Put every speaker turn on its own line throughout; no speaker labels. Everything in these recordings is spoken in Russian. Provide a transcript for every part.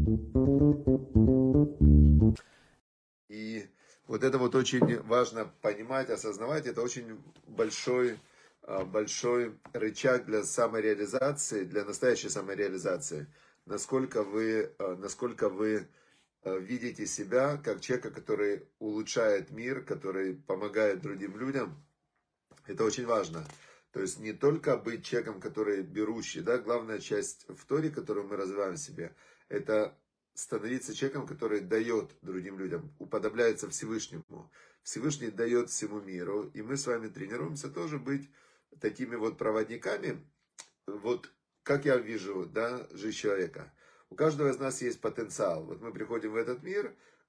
И вот это вот очень важно понимать, осознавать. Это очень большой рычаг для самореализации, для настоящей самореализации. Насколько вы видите себя как человека, который улучшает мир, который помогает другим людям. Это очень важно. То есть не только быть человеком, который берущий, да, главная часть в Торе, которую мы развиваем в себе, это становиться человеком, который дает другим людям, уподобляется Всевышнему. Всевышний дает всему миру, и мы с вами тренируемся тоже быть такими вот проводниками, вот как я вижу, да, жизнь человека. У каждого из нас есть потенциал. Вот мы приходим в этот мир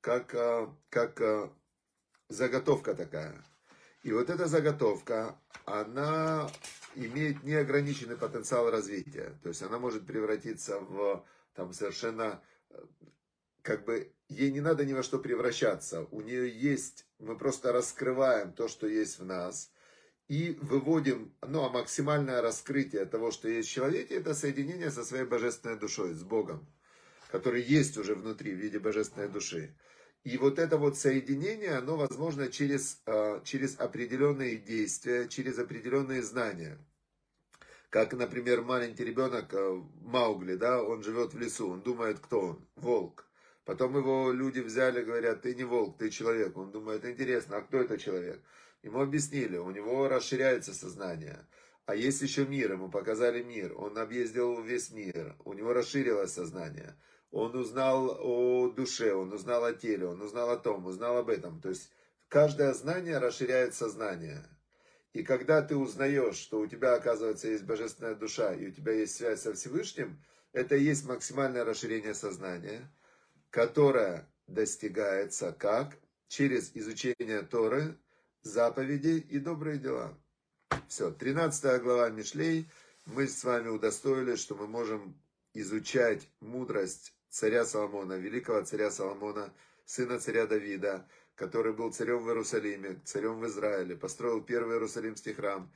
как заготовка такая. И вот эта заготовка, она имеет неограниченный потенциал развития. То есть она может превратиться в там совершенно, как бы, ей не надо ни во что превращаться. У нее есть, мы просто раскрываем то, что есть в нас. И выводим, ну, а максимальное раскрытие того, что есть в человеке, это соединение со своей божественной душой, с Богом, который есть уже внутри в виде божественной души. И вот это вот соединение, оно возможно через определенные действия, через определенные знания. Как, например, маленький ребенок Маугли, да, он живет в лесу, он думает, кто он? Волк. Потом его люди взяли, говорят, ты не волк, ты человек. Он думает, интересно, а кто это человек? Ему объяснили, у него расширяется сознание. А есть еще мир, ему показали мир. Он объездил весь мир, у него расширилось сознание. Он узнал о душе, он узнал о теле, он узнал о том, узнал об этом. То есть каждое знание расширяет сознание. И когда ты узнаешь, что у тебя, оказывается, есть божественная душа, и у тебя есть связь со Всевышним, это и есть максимальное расширение сознания, которое достигается как? Через изучение Торы, заповедей и добрые дела. Все, 13 глава Мишлей. Мы с вами удостоились, что мы можем изучать мудрость царя Соломона, великого царя Соломона, сына царя Давида, который был царем в Иерусалиме, царем в Израиле, построил первый Иерусалимский храм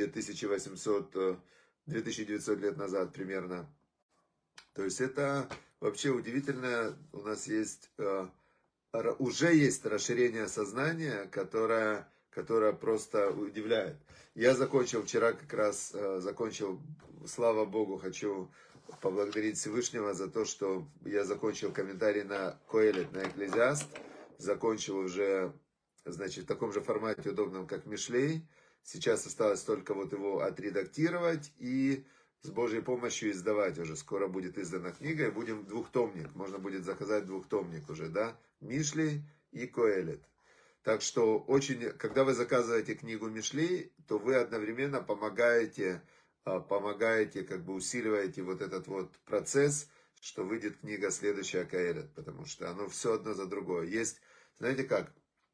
2900 лет назад примерно. То есть это вообще удивительно, у нас есть, уже есть расширение сознания, которое просто удивляет. Я закончил вчера как раз, слава Богу, хочу поблагодарить Всевышнего за то, что я закончил комментарий на Коэлет, на Экклезиаст, закончил уже, значит, в таком же формате удобном, как Мишлей. Сейчас осталось только вот его отредактировать и с Божьей помощью издавать уже. Скоро будет издана книга, и будем двухтомник. Можно будет заказать двухтомник уже, да? Мишлей и Коэлет. Так что когда вы заказываете книгу Мишлей, то вы одновременно помогаете, как бы усиливаете вот этот вот процесс, что выйдет книга следующая Коэлет, потому что оно все одно за другое. Есть, знаете как,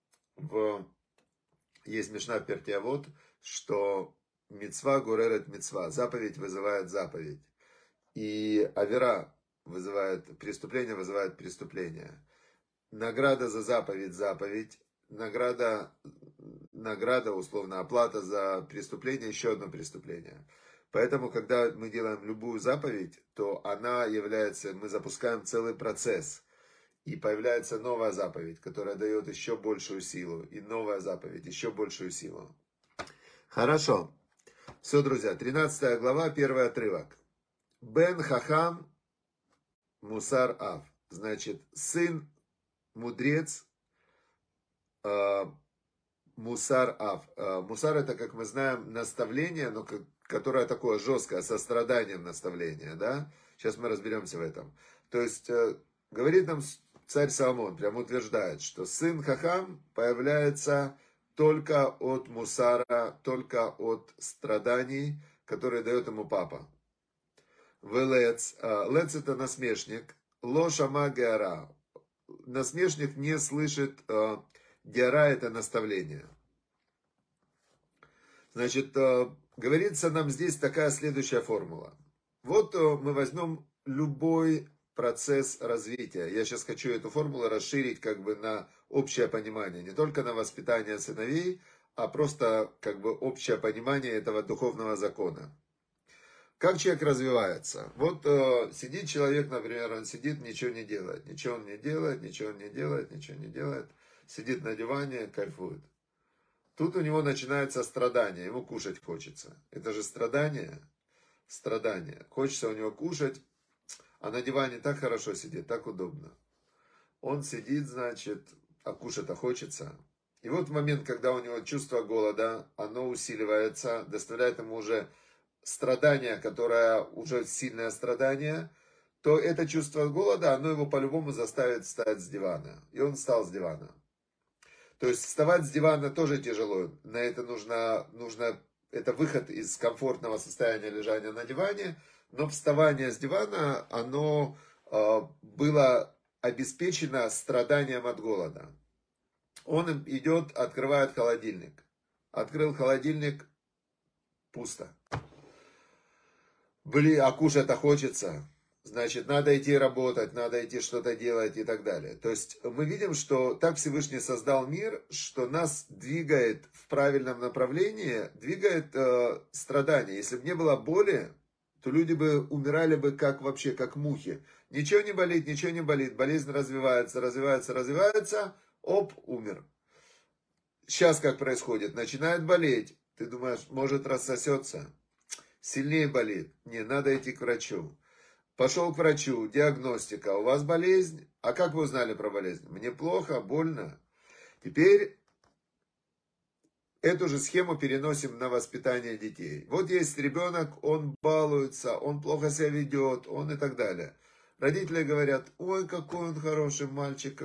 есть Мишна в Перкей Авот, что мицва гуререт мицва, заповедь вызывает заповедь. И авера преступление вызывает преступление. Награда за заповедь, награда, условно, оплата за преступление, еще одно преступление. Поэтому, когда мы делаем любую заповедь, то мы запускаем целый процесс. И появляется новая заповедь, которая дает еще большую силу. И новая заповедь, еще большую силу. Хорошо. Все, друзья, 13 глава, первый отрывок. Бен Хахам Мусар Ав. Значит, сын мудрец Мусар Ав. Мусар — это, как мы знаем, наставление, но которое такое жесткое, со страданием наставление, да? Сейчас мы разберемся в этом. То есть, говорит нам царь Соломон, прям утверждает, что сын Хахам появляется только от мусара, только от страданий, которые дает ему папа. Лец это насмешник, ло шама геара. Насмешник не слышит, геара — это наставление. Значит, говорится нам здесь такая следующая формула. Вот мы возьмем любой процесс развития. Я сейчас хочу эту формулу расширить как бы на общее понимание. Не только на воспитание сыновей, а просто как бы общее понимание этого духовного закона. как человек развивается? Вот сидит человек, например, он сидит, ничего не делает. Ничего он не делает, ничего он не делает, ничего не делает. Сидит на диване, кайфует. Тут у него начинается страдание, ему кушать хочется. Это же страдание. Страдание. Хочется у него кушать, а на диване так хорошо сидит, так удобно. Он сидит, значит, а кушать-то хочется. И вот в момент, когда у него чувство голода, оно усиливается, доставляет ему уже страдание, которое уже сильное страдание, то это чувство голода, оно его по-любому заставит встать с дивана. И он встал с дивана. То есть вставать с дивана тоже тяжело. На это нужно это выход из комфортного состояния лежания на диване. Но вставание с дивана, оно было обеспечено страданием от голода. Он идет, открывает холодильник. Открыл холодильник, пусто. Блин, а кушать-то хочется. Значит, надо идти работать, надо идти что-то делать и так далее. То есть мы видим, что так Всевышний создал мир, что нас двигает в правильном направлении, двигает страдания. Если бы не было боли, то люди бы умирали бы как вообще, как мухи. Ничего не болит, болезнь развивается, оп, умер. Сейчас как происходит? Начинает болеть. Ты думаешь, может рассосется? Сильнее болит. Не, надо идти к врачу. Пошел к врачу, диагностика. У вас болезнь? А как вы узнали про болезнь? Мне плохо, больно. Теперь эту же схему переносим на воспитание детей. Вот есть ребенок, он балуется, он плохо себя ведет, он и так далее. Родители говорят, ой, какой он хороший мальчик,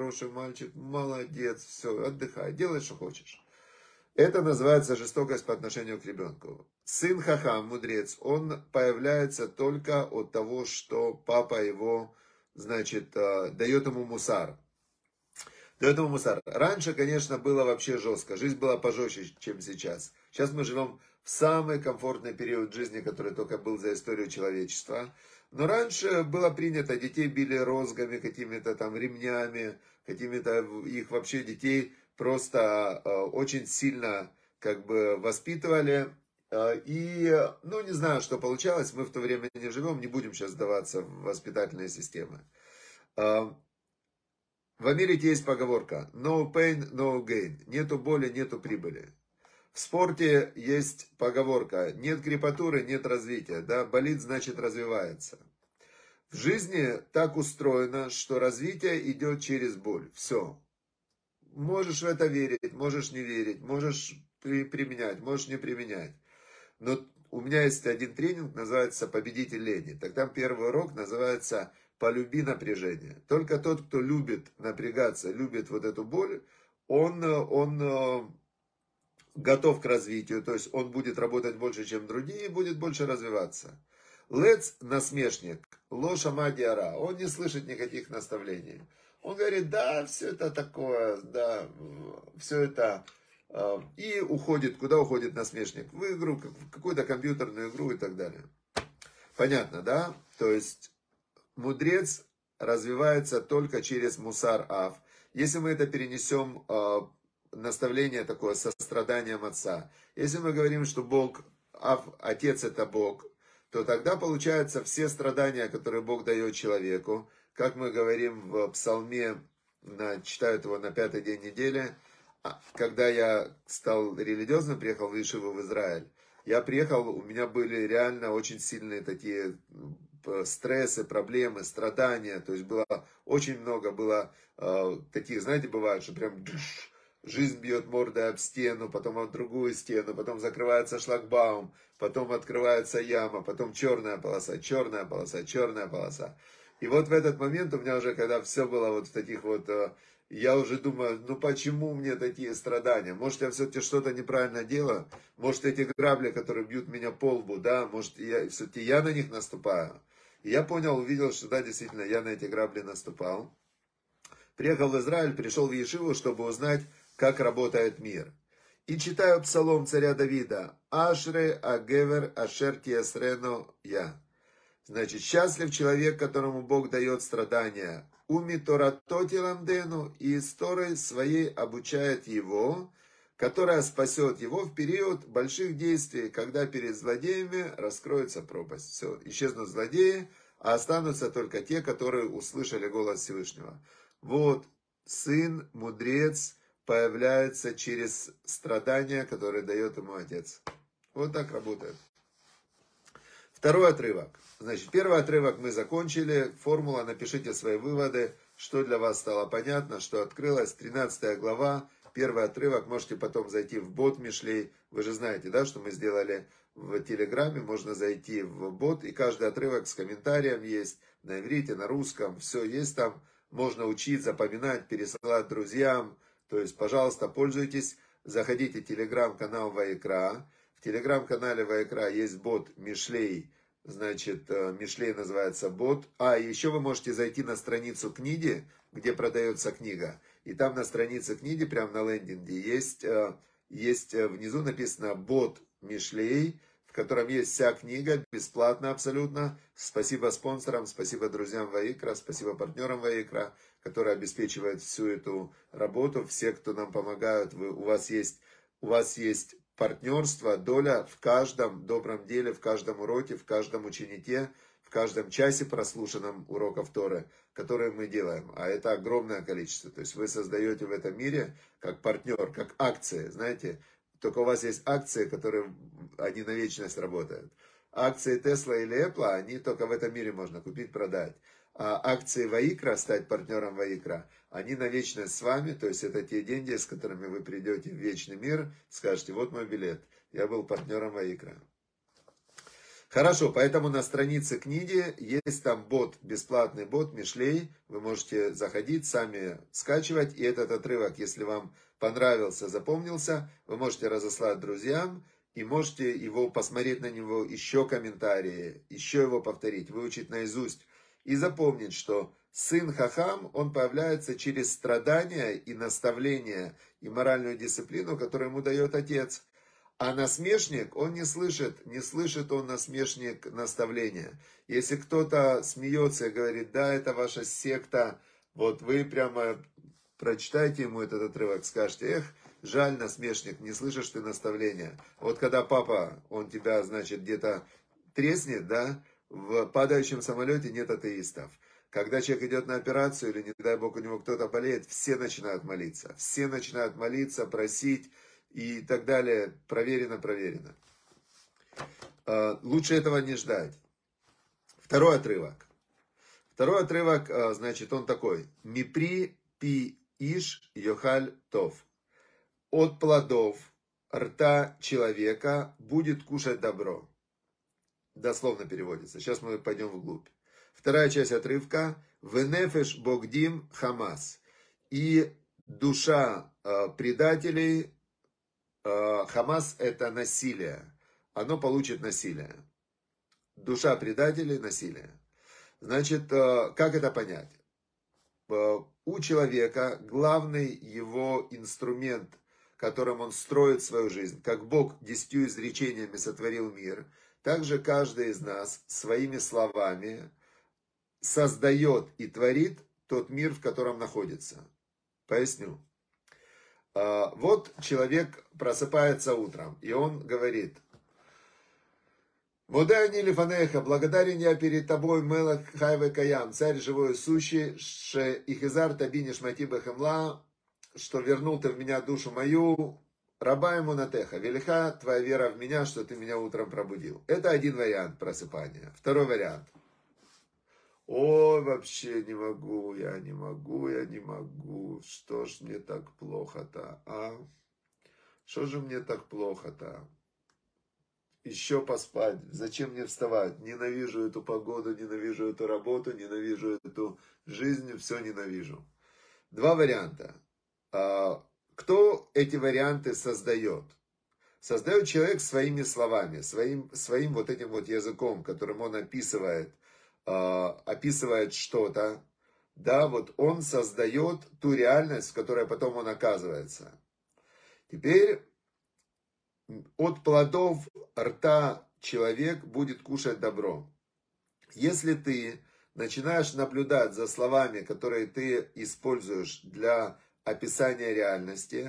молодец, все, отдыхай, делай, что хочешь. Это называется жестокость по отношению к ребенку. Сын хахам, мудрец, он появляется только от того, что папа его, значит, дает ему мусар. Дает ему мусар. Раньше, конечно, было вообще жестко. Жизнь была пожестче, чем сейчас. Сейчас мы живем в самый комфортный период жизни, который только был за историю человечества. Но раньше было принято, детей били розгами, какими-то там ремнями, какими-то их вообще детей просто очень сильно как бы воспитывали. И, ну, не знаю, что получалось, мы в то время не живем, не будем сейчас сдаваться в воспитательные системы. В Америке есть поговорка no pain, no gain. Нету боли, нету прибыли. В спорте есть поговорка нет крепатуры, нет развития. Да? Болит, значит развивается. В жизни так устроено, что развитие идет через боль. Все. Можешь в это верить, можешь не верить, можешь применять, можешь не применять. Но у меня есть один тренинг, называется «Победитель лени». Так там первый урок называется «Полюби напряжение». Только тот, кто любит напрягаться, любит вот эту боль, он готов к развитию, то есть он будет работать больше, чем другие, и будет больше развиваться. Лец – насмешник, лоша мадиара, он не слышит никаких наставлений. Он говорит, да, все это такое, да, все это... И уходит, куда уходит насмешник? В игру, в какую-то компьютерную игру и так далее. Понятно, да? То есть мудрец развивается только через мусар-ав. Если мы это перенесем, наставление такое, со страданием отца. Если мы говорим, что Бог, Отец это Бог, то тогда получается все страдания, которые Бог дает человеку, как мы говорим в псалме, читают его на 5-й день недели, когда я стал религиозным, приехал в Ешиву в Израиль, я приехал, у меня были реально очень сильные такие стрессы, проблемы, страдания, то есть было очень много, было таких, знаете, бывает, что прям жизнь бьет мордой об стену, потом об другую стену, потом закрывается шлагбаум, потом открывается яма, потом черная полоса, черная полоса, черная полоса. И вот в этот момент у меня уже, когда все было вот в таких вот, я уже думаю, ну почему мне такие страдания? Может, я все-таки что-то неправильно делаю? Может, эти грабли, которые бьют меня по лбу, да, может, все-таки я на них наступаю? И я понял, увидел, что да, действительно, я на эти грабли наступал. Приехал в Израиль, пришел в Ешиву, чтобы узнать, как работает мир. И читаю псалом царя Давида. Ашре агевер ашер тиасрено я. Значит, счастлив человек, которому Бог дает страдания. Уми Торато тиламдену, и из Торы своей обучает его. которая спасет его в период больших действий, когда перед злодеями раскроется пропасть. Все, исчезнут злодеи, а останутся только те, которые услышали голос Всевышнего. Вот, сын, мудрец, появляется через страдания, которые дает ему отец. Вот так работает. Второй отрывок. Значит, первый отрывок мы закончили. Формула, напишите свои выводы, что для вас стало понятно, что открылось. 13 глава, первый отрывок. Можете потом зайти в бот Мишлей. Вы же знаете, да, что мы сделали в Телеграме. Можно зайти в бот, и каждый отрывок с комментарием есть. На иврите, на русском. Все есть там. Можно учить, запоминать, пересылать друзьям. То есть, пожалуйста, пользуйтесь. Заходите в телеграм-канал Ваикра. В телеграм-канале Ваикра есть бот Мишлей. Значит, Мишлей называется бот. А еще вы можете зайти на страницу книги, где продается книга. И там на странице книги, прямо на лендинге, есть внизу написано бот Мишлей, в котором есть вся книга, бесплатно абсолютно. Спасибо спонсорам, спасибо друзьям Ваикра, спасибо партнерам Ваикра, которые обеспечивают всю эту работу. Все, кто нам помогают, у вас есть партнерство, доля в каждом добром деле, в каждом уроке, в каждом ученике, в каждом часе прослушанном уроков Торы, которые мы делаем. А это огромное количество. То есть вы создаете в этом мире как партнер, как акции, знаете. Только у вас есть акции, они на вечность работают. Акции Тесла или Apple, они только в этом мире можно купить, продать. А акции Ваикра, стать партнером Ваикра, они на вечность с вами, то есть это те деньги, с которыми вы придете в вечный мир, скажете, вот мой билет, я был партнером Ваикра. Хорошо, поэтому на странице книги есть там бот, бесплатный бот Мишлей, вы можете заходить, сами скачивать, и этот отрывок, если вам понравился, запомнился, вы можете разослать друзьям, и можете его посмотреть на него, еще комментарии, еще его повторить, выучить наизусть, и запомнить, что сын Хахам, он появляется через страдания и наставления, и моральную дисциплину, которую ему дает отец. А насмешник, он не слышит он насмешник наставления. Если кто-то смеется и говорит, да, это ваша секта, вот вы прямо прочитайте ему этот отрывок, скажете, эх, жаль, насмешник, не слышишь ты наставления. Вот когда папа, он тебя, значит, где-то треснет, да, в падающем самолете нет атеистов. Когда человек идет на операцию, или, не дай бог, у него кто-то болеет, все начинают молиться. Все начинают молиться, просить и так далее. Проверено. Лучше этого не ждать. Второй отрывок, значит, он такой. Мипри пи иш йохаль тов. От плодов рта человека будет кушать добро. Дословно переводится. Сейчас мы пойдем вглубь. Вторая часть отрывка. Венефеш богдим хамас. И душа предателей, хамас это насилие. Оно получит насилие. Душа предателей насилие. Значит, как это понять? У человека главный его инструмент, которым он строит свою жизнь, как Бог 10 изречениями сотворил мир, также каждый из нас своими словами создает и творит тот мир, в котором находится. Поясню. Вот человек просыпается утром, и он говорит, «Модайни лифанеха, благодарен я перед тобой, Мелах Хайве Каям, царь живой и сущий, ше ихизар таби нишмати бехемла, что вернул ты в меня душу мою, раба ему натеха, велика твоя вера в меня, что ты меня утром пробудил». Это один вариант просыпания. Второй вариант. Ой, вообще не могу, я не могу. Что ж мне так плохо-то, а? Что же мне так плохо-то? Еще поспать. Зачем мне вставать? Ненавижу эту погоду, ненавижу эту работу, ненавижу эту жизнь, все ненавижу. Два варианта. Кто эти варианты создает? Создает человек своими словами, своим вот этим вот языком, которым он описывает что-то. Да, вот он создает ту реальность, в которой потом он оказывается. Теперь от плодов рта человек будет кушать добро. Если ты начинаешь наблюдать за словами, которые ты используешь для описания реальности,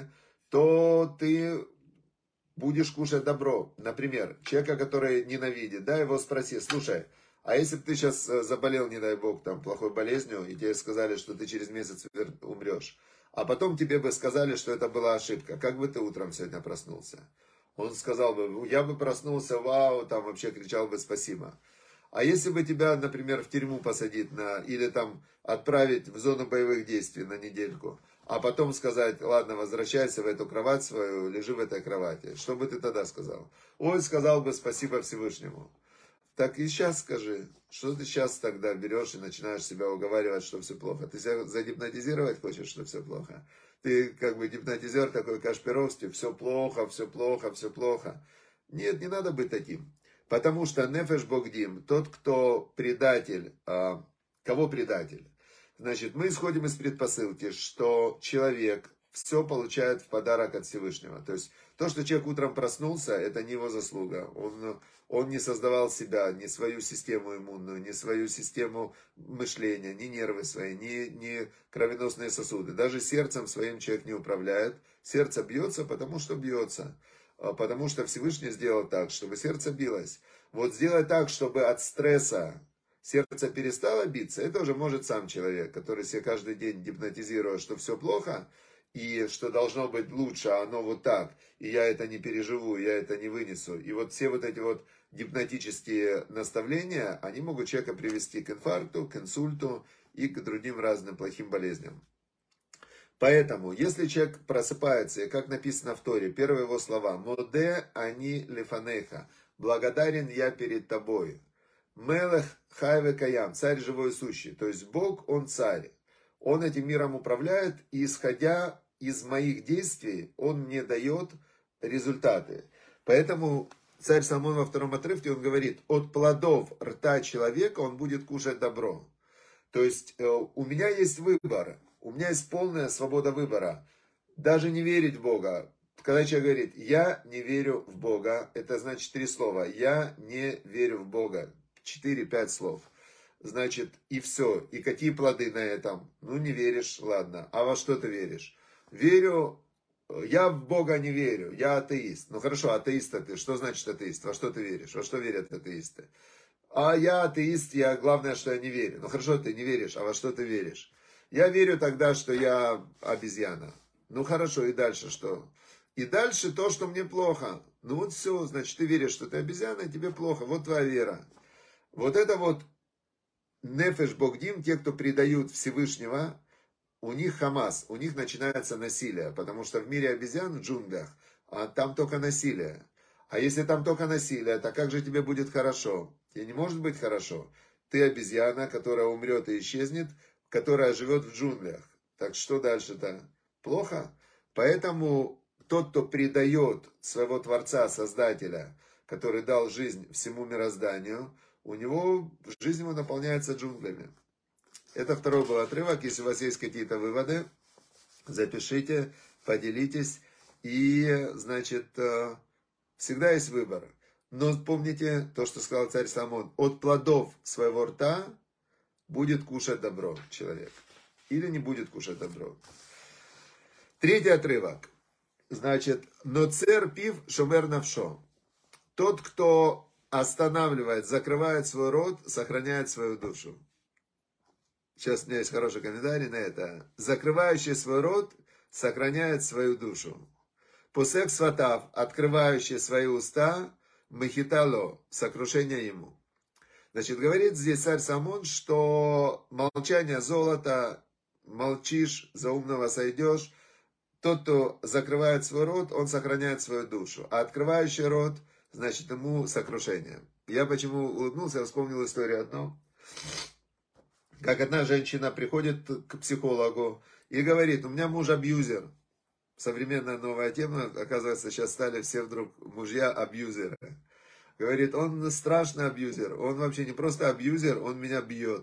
то ты будешь кушать добро. Например, человека, который ненавидит, да, его спроси, слушай, а если бы ты сейчас заболел, не дай бог, там, плохой болезнью, и тебе сказали, что ты через месяц умрешь, а потом тебе бы сказали, что это была ошибка, как бы ты утром сегодня проснулся? Он сказал бы, я бы проснулся, вау, там вообще кричал бы спасибо. А если бы тебя, например, в тюрьму посадить или там отправить в зону боевых действий на недельку, а потом сказать, ладно, возвращайся в эту кровать свою, лежи в этой кровати. Что бы ты тогда сказал? Ой, сказал бы спасибо Всевышнему. Так и сейчас скажи, что ты сейчас тогда берешь и начинаешь себя уговаривать, что все плохо. Ты себя загипнотизировать хочешь, что все плохо? Ты как бы гипнотизер такой Кашпировский, все плохо, все плохо, все плохо. Нет, не надо быть таким. Потому что нефеш богдим, тот, кто предатель, кого предатель? Значит, мы исходим из предпосылки, что человек все получает в подарок от Всевышнего. То есть, то, что человек утром проснулся, это не его заслуга. Он не создавал себя, ни свою систему иммунную, ни свою систему мышления, ни нервы свои, ни кровеносные сосуды. Даже сердцем своим человек не управляет. Сердце бьется, потому что бьется. Потому что Всевышний сделал так, чтобы сердце билось. Вот сделать так, чтобы от стресса сердце перестало биться, это уже может сам человек, который себе каждый день гипнотизирует, что все плохо, и что должно быть лучше, а оно вот так, и я это не переживу, я это не вынесу. И вот все вот эти вот гипнотические наставления, они могут человека привести к инфаркту, к инсульту и к другим разным плохим болезням. Поэтому, если человек просыпается, и как написано в Торе, первые его слова, «Моде ани лефанеха», «Благодарен я перед тобой». «Мелех хайве каям», «Царь живой и сущий». То есть Бог, Он царь. Он этим миром управляет, и исходя из моих действий, Он мне дает результаты. Поэтому царь Соломон во втором отрывке, он говорит, «От плодов рта человека он будет кушать добро». То есть у меня есть выбор. У меня есть полная свобода выбора. Даже не верить в Бога. Когда человек говорит, я не верю в Бога, это значит 3 слова. Я не верю в Бога. 4-5 слов. Значит, и все. И какие плоды на этом? Ну, не веришь, ладно. А во что ты веришь? Верю, я в Бога не верю, я атеист. Ну, хорошо, атеист ты. Что значит атеист? Во что ты веришь? Во что верят атеисты? А я атеист, главное, что я не верю. Ну, хорошо, ты не веришь, а во что ты веришь? Я верю тогда, что я обезьяна. Ну хорошо, и дальше что? И дальше то, что мне плохо. Ну вот все, значит, ты веришь, что ты обезьяна, и тебе плохо. Вот твоя вера. Вот это вот нефеш богдим, те, кто предают Всевышнего, у них хамас, у них начинается насилие. Потому что в мире обезьян, в джунглях, там только насилие. А если там только насилие, то как же тебе будет хорошо? Тебе не может быть хорошо. Ты обезьяна, которая умрет и исчезнет, которая живет в джунглях. Так что дальше-то? Плохо? Поэтому тот, кто предает своего Творца, Создателя, который дал жизнь всему мирозданию, у него жизнь его наполняется джунглями. Это второй был отрывок. Если у вас есть какие-то выводы, запишите, поделитесь. И, значит, всегда есть выбор. Но помните то, что сказал царь Соломон. От плодов своего рта будет кушать добро человек. Или не будет кушать добро. Третий отрывок. Значит, ноцер пив шомер навшо. Тот, кто останавливает, закрывает свой рот, сохраняет свою душу. Сейчас у меня есть хороший комментарий на это. Закрывающий свой рот сохраняет свою душу. Посек сватав, открывающий свои уста, махитало, сокрушение ему. Значит, говорит здесь царь Соломон, что молчание золота, молчишь, за умного сойдешь. Тот, кто закрывает свой рот, он сохраняет свою душу. А открывающий рот, значит, ему сокрушение. Я почему улыбнулся, вспомнил историю одну. Как одна женщина приходит к психологу и говорит, у меня муж абьюзер. Современная новая тема, оказывается, сейчас стали все вдруг мужья-абьюзеры. Говорит, он страшный абьюзер, он вообще не просто абьюзер, он меня бьет.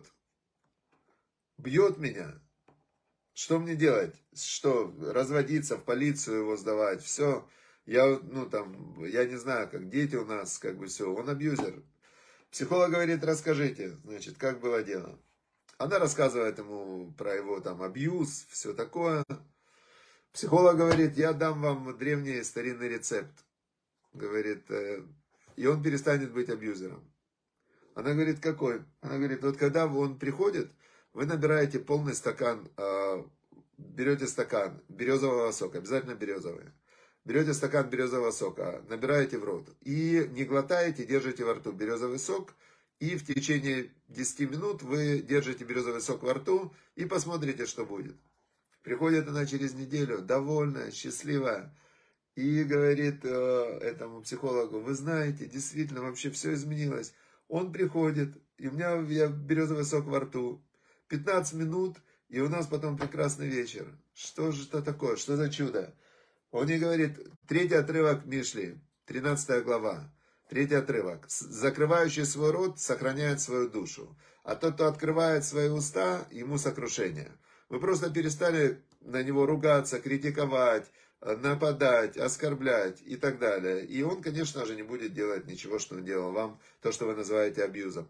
Бьет меня. Что мне делать? Что, разводиться, в полицию его сдавать? Все. Я не знаю, как дети у нас, как бы все. Он абьюзер. Психолог говорит, расскажите, значит, как было дело. Она рассказывает ему про его там абьюз, все такое. Психолог говорит, я дам вам древний старинный рецепт. Говорит, и он перестанет быть абьюзером. Она говорит, какой? Она говорит, вот когда он приходит, вы набираете полный стакан, берете стакан березового сока, обязательно березовый. Берете стакан березового сока, набираете в рот и не глотаете, держите во рту березовый сок. И в течение 10 минут вы держите березовый сок во рту и посмотрите, что будет. Приходит она через неделю, довольная, счастливая. И говорит этому психологу, вы знаете, действительно, вообще все изменилось. Он приходит, и у меня березовый сок во рту. 15 минут, и у нас потом прекрасный вечер. Что же это такое? Что за чудо? Он ей говорит, 3-й отрывок Мишли, 13 глава. 3-й отрывок. Закрывающий свой рот сохраняет свою душу. А тот, кто открывает свои уста, ему сокрушение. Вы просто перестали на него ругаться, критиковать, нападать, оскорблять и так далее. И он, конечно же, не будет делать ничего, что он делал вам, то, что вы называете абьюзом.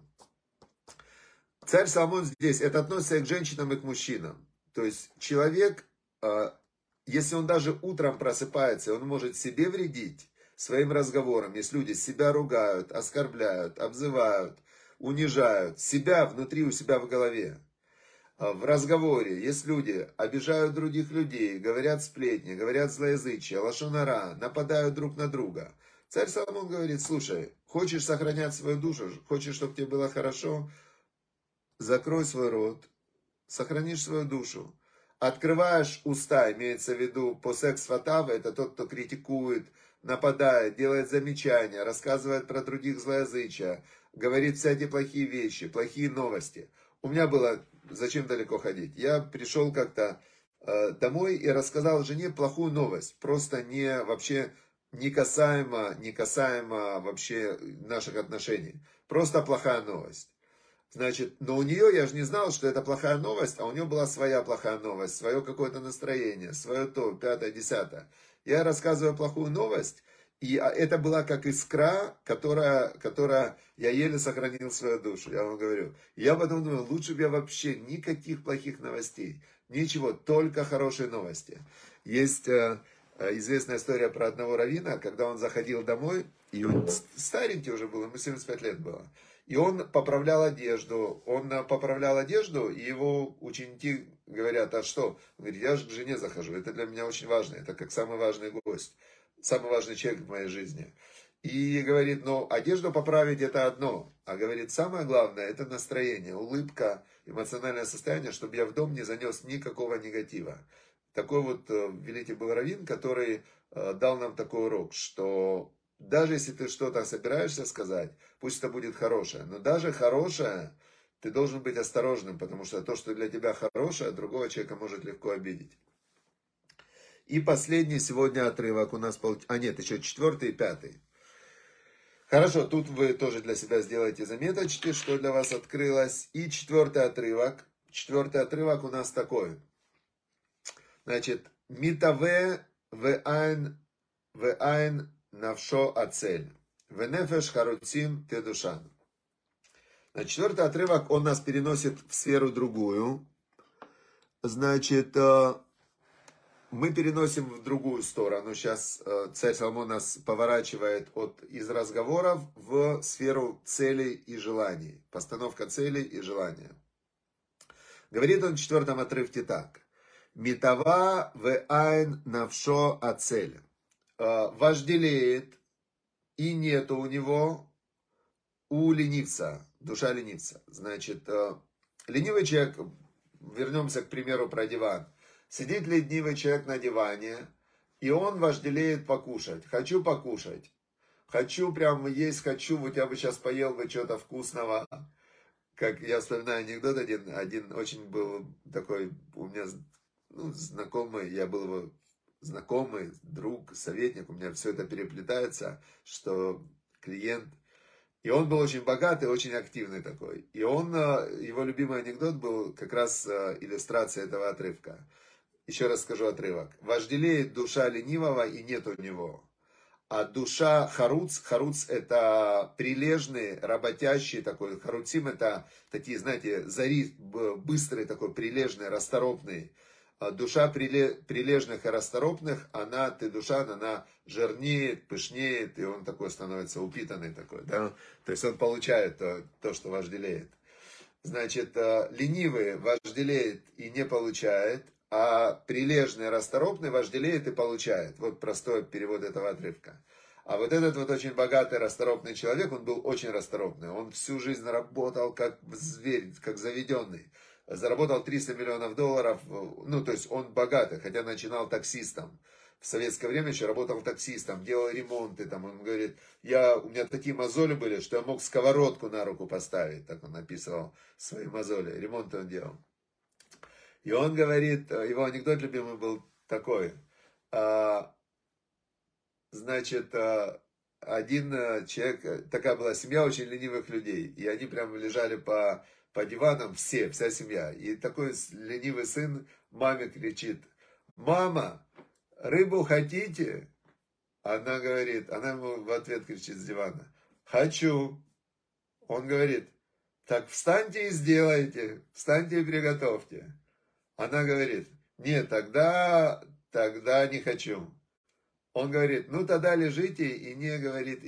Царь Соломон здесь, это относится и к женщинам, и к мужчинам. То есть человек, если он даже утром просыпается, он может себе вредить своим разговором. Если люди себя ругают, оскорбляют, обзывают, унижают, себя внутри у себя в голове. В разговоре, если люди обижают других людей, говорят сплетни, говорят злоязычие, лашон ара, нападают друг на друга. Царь Соломон говорит, слушай, хочешь сохранять свою душу, хочешь, чтобы тебе было хорошо, закрой свой рот, сохранишь свою душу. Открываешь уста, имеется в виду посек сватава, это тот, кто критикует, нападает, делает замечания, рассказывает про других злоязычия, говорит всякие плохие вещи, плохие новости. У меня было, зачем далеко ходить, я пришел как-то домой и рассказал жене плохую новость, просто вообще не касаемо вообще наших отношений, просто плохая новость. Значит, но у нее, я же не знал, что это плохая новость, а у нее была своя плохая новость, свое какое-то настроение, свое то, 5-е, 10-е. Я рассказываю плохую новость, и это была как искра, которая я еле сохранил свою душу, я вам говорю. Я потом думал, лучше бы я вообще никаких плохих новостей, ничего, только хорошие новости. Есть известная история про одного раввина, когда он заходил домой, и он старенький уже был, ему 75 лет было. И он поправлял одежду, и его ученики говорят, а что? Он говорит, я же к жене захожу, это для меня очень важно, это как самый важный гость, самый важный человек в моей жизни. И говорит, ну, одежду поправить это одно, а говорит, самое главное, это настроение, улыбка, эмоциональное состояние, чтобы я в дом не занес никакого негатива. Такой вот великий был раввин, который дал нам такой урок, что даже если ты что-то собираешься сказать, пусть это будет хорошее, но даже хорошее, ты должен быть осторожным, потому что то, что для тебя хорошее, другого человека может легко обидеть. И последний сегодня отрывок у нас, нет, еще 4-й и 5-й. Хорошо, тут вы тоже для себя сделаете заметочки, что для вас открылось. И 4-й отрывок. 4-й отрывок у нас такой. Значит, митаве веайн навшо ацель. Венефеш харуцим тедушан. Значит, 4-й отрывок, он нас переносит в сферу другую. Значит, мы переносим в другую сторону. Сейчас царь Соломон нас поворачивает из разговоров в сферу целей и желаний. Постановка целей и желания. Говорит он в 4-м отрывке так. Митава веайн навшо ацель. Вожделеет, и нету у него, у ленивца, душа ленивца. Значит, ленивый человек, вернемся к примеру про диван. Сидит ленивый человек на диване, и он вожделеет покушать. Хочу покушать. Хочу прямо есть, хочу, вот я бы сейчас поел бы что-то вкусного. Как я вспоминаю анекдот один очень был такой у меня знакомый, я был его знакомый, друг, советник, у меня все это переплетается, что клиент, и он был очень богатый, очень активный такой, и его любимый анекдот был как раз иллюстрация этого отрывка. Еще раз скажу отрывок. Вожделеет душа ленивого, и нет у него. А душа харуц это прилежный, работящий такой, харуцим это такие, знаете, быстрый такой, прилежный, расторопный, душа прилежных и расторопных, ты душа, она жирнеет, пышнеет, и он такой становится упитанный такой, да? То есть он получает то, что вожделеет. Значит, ленивый вожделеет и не получает, а прилежный, расторопный вожделеет и получает. Вот простой перевод этого отрывка. А вот этот вот очень богатый, расторопный человек, он был очень расторопный. Он всю жизнь работал как зверь, как заведенный. Заработал $300 миллионов. Ну, то есть он богатый, хотя начинал таксистом. В советское время еще работал таксистом, делал ремонты. Там, он говорит, у меня такие мозоли были, что я мог сковородку на руку поставить. Так он описывал свои мозоли. Ремонты он делал. И он говорит, его анекдот любимый был такой. Значит, один человек, такая была семья очень ленивых людей. И они прям лежали по диванам, вся семья. И такой ленивый сын маме кричит, мама, рыбу хотите? Она ему в ответ кричит с дивана, хочу. Он говорит, так встаньте и сделайте, встаньте и приготовьте. Она говорит, нет, тогда не хочу. Он говорит, ну тогда лежите и не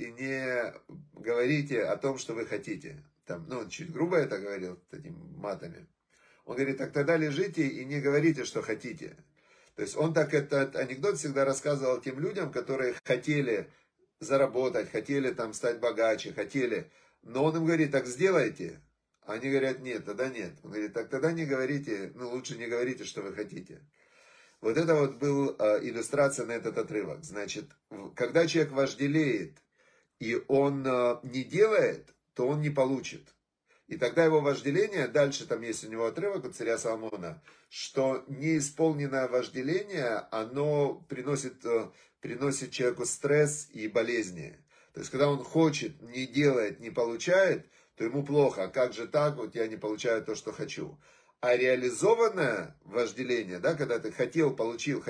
говорите о том, что вы хотите. Там, ну, он чуть грубо это говорил, такими матами. Он говорит, так тогда лежите и не говорите, что хотите. То есть он так этот анекдот всегда рассказывал тем людям, которые хотели заработать, хотели там стать богаче, хотели. Но он им говорит, так сделайте. Они говорят, нет, тогда нет. Он говорит, так тогда не говорите, лучше не говорите, что вы хотите. Вот это вот была иллюстрация на этот отрывок. Значит, когда человек вожделеет, и он не делает, то он не получит. И тогда его вожделение, дальше там есть у него отрывок у царя Соломона, что неисполненное вожделение, оно приносит человеку стресс и болезни. То есть, когда он хочет, не делает, не получает, то ему плохо. А как же так? Вот я не получаю то, что хочу. А реализованное вожделение, да, когда ты хотел, получил,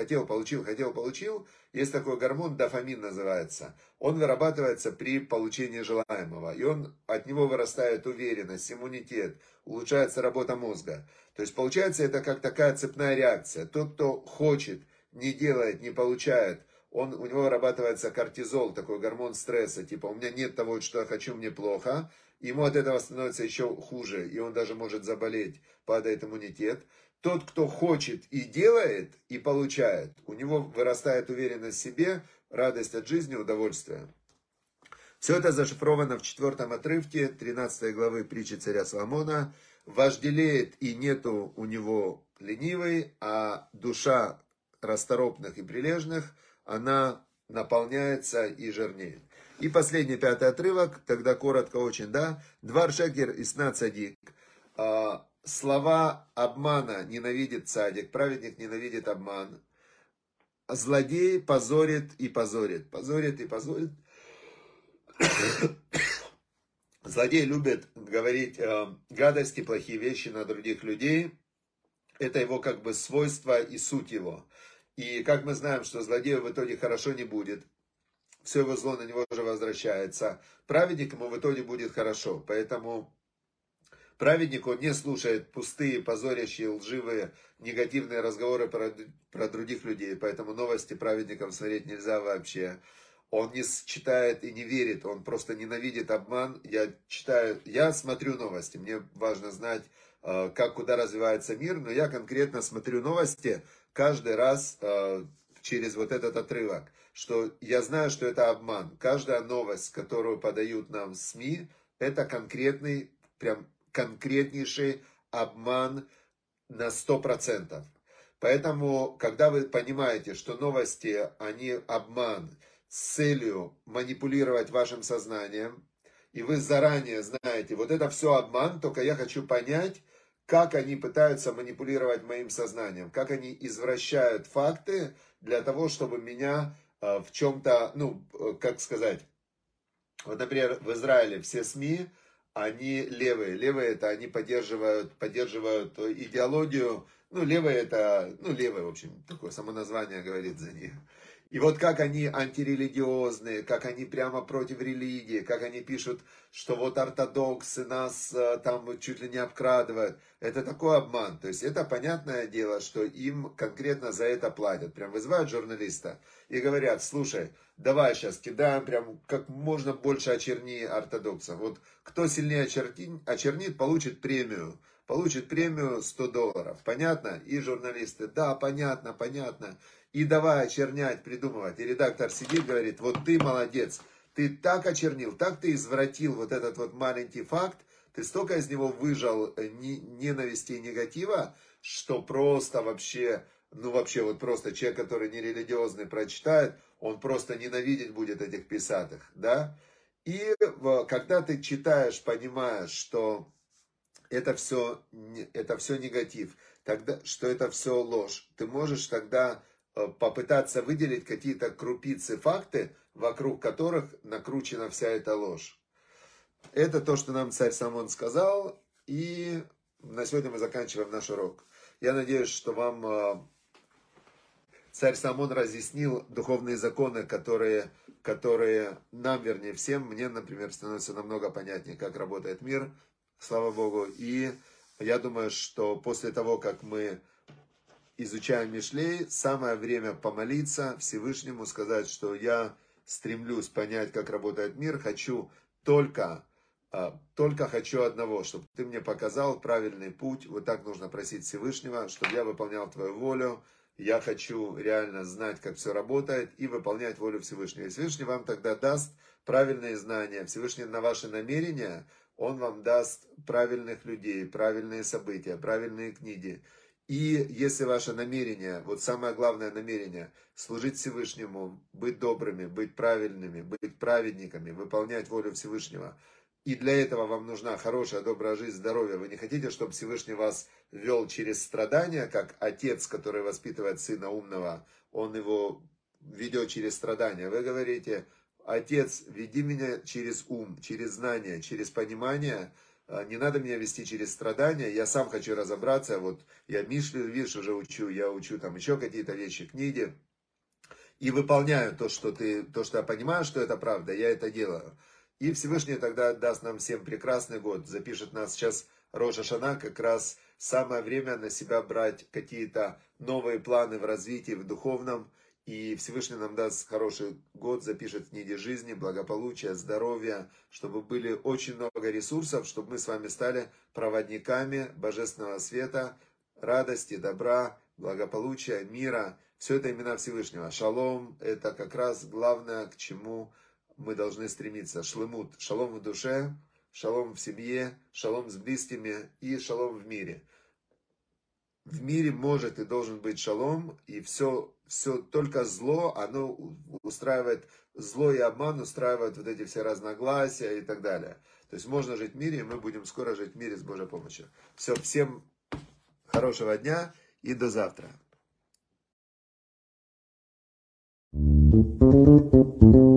есть такой гормон, дофамин называется. Он вырабатывается при получении желаемого. И от него вырастает уверенность, иммунитет, улучшается работа мозга. То есть получается это как такая цепная реакция. Тот, кто хочет, не делает, не получает, у него вырабатывается кортизол, такой гормон стресса. Типа у меня нет того, что я хочу, мне плохо. Ему от этого становится еще хуже, и он даже может заболеть, падает иммунитет. Тот, кто хочет и делает, и получает, у него вырастает уверенность в себе, радость от жизни, удовольствие. Все это зашифровано в 4 отрывке 13 главы притчи царя Соломона. Вожделеет и нету у него ленивый, а душа расторопных и прилежных, она наполняется и жирнеет. И последний 5 отрывок, тогда коротко очень, да. Двар шекер и сна цадик. Слова обмана ненавидит цадик, праведник ненавидит обман. Злодей позорит и позорит. Позорит и позорит. Злодей любит говорить гадости, плохие вещи на других людей. Это его как бы свойство и суть его. И как мы знаем, что злодею в итоге хорошо не будет. Все его зло на него же возвращается. Праведник ему в итоге будет хорошо. Поэтому праведник, он не слушает пустые, позорящие, лживые, негативные разговоры про других людей. Поэтому новости праведникам смотреть нельзя вообще. Он не читает и не верит. Он просто ненавидит обман. Я смотрю новости. Мне важно знать, куда развивается мир. Но я конкретно смотрю новости каждый раз через вот этот отрывок, что я знаю, что это обман. Каждая новость, которую подают нам СМИ, это конкретный, прям конкретнейший обман на 100%. Поэтому, когда вы понимаете, что новости, они обман с целью манипулировать вашим сознанием, и вы заранее знаете, вот это все обман, только я хочу понять, как они пытаются манипулировать моим сознанием, как они извращают факты для того, чтобы меня в чем-то, как сказать, вот, например, в Израиле все СМИ, они левые. Левые это они поддерживают идеологию, левые это, левые, в общем, такое само название говорит за них. И вот как они антирелигиозные, как они прямо против религии, как они пишут, что вот ортодоксы нас там чуть ли не обкрадывают. Это такой обман. То есть это понятное дело, что им конкретно за это платят. Прям вызывают журналиста и говорят: слушай, давай сейчас кидаем прям как можно больше очерни ортодоксов. Вот кто сильнее очернит, получит премию. Получит премию $100. Понятно? И журналисты: да, понятно, понятно. И давай очернять, придумывать. И редактор сидит, говорит: вот ты молодец. Ты так очернил, так ты извратил вот этот вот маленький факт. Ты столько из него выжал ненависти и негатива, что просто вообще, ну вообще вот просто человек, который нерелигиозный, прочитает, он просто ненавидеть будет этих писатых, да? И когда ты читаешь, понимаешь, что это все негатив, тогда, что это все ложь, ты можешь тогда попытаться выделить какие-то крупицы факты, вокруг которых накручена вся эта ложь. Это то, что нам царь Соломон сказал, и на сегодня мы заканчиваем наш урок. Я надеюсь, что вам царь Соломон разъяснил духовные законы, которые нам, вернее всем, мне, например, становятся намного понятнее, как работает мир, слава Богу. И я думаю, что после того, как мы изучаем Мишлей, самое время помолиться Всевышнему, сказать, что я стремлюсь понять, как работает мир, хочу только хочу одного, чтобы ты мне показал правильный путь. Вот так нужно просить Всевышнего, чтобы я выполнял твою волю. Я хочу реально знать, как все работает, и выполнять волю Всевышнего. И Всевышний вам тогда даст правильные знания. Всевышний на ваши намерения, он вам даст правильных людей, правильные события, правильные книги. И если ваше намерение, вот самое главное намерение, служить Всевышнему, быть добрыми, быть правильными, быть праведниками, выполнять волю Всевышнего, и для этого вам нужна хорошая, добрая жизнь, здоровье. Вы не хотите, чтобы Всевышний вас вел через страдания, как отец, который воспитывает сына умного, он его ведет через страдания. Вы говорите: отец, веди меня через ум, через знание, через понимание. Не надо меня вести через страдания, я сам хочу разобраться. Вот я Мишлю, видишь, уже учу, я учу там еще какие-то вещи, книги. И выполняю то, что я понимаю, что это правда, я это делаю. И Всевышний тогда даст нам всем прекрасный год, запишет нас сейчас Рош ха-Шана, как раз самое время на себя брать какие-то новые планы в развитии, в духовном. И Всевышний нам даст хороший год, запишет в книге жизни, благополучия, здоровья, чтобы были очень много ресурсов, чтобы мы с вами стали проводниками божественного света, радости, добра, благополучия, мира. Все это имена Всевышнего. Шалом – это как раз главное, к чему мы должны стремиться. Шлемут – шалом в душе, шалом в семье, шалом с близкими и шалом в мире. В мире может и должен быть шалом, и все только зло, оно устраивает, зло и обман устраивают вот эти все разногласия и так далее. То есть можно жить в мире, и мы будем скоро жить в мире с Божьей помощью. Все, всем хорошего дня и до завтра.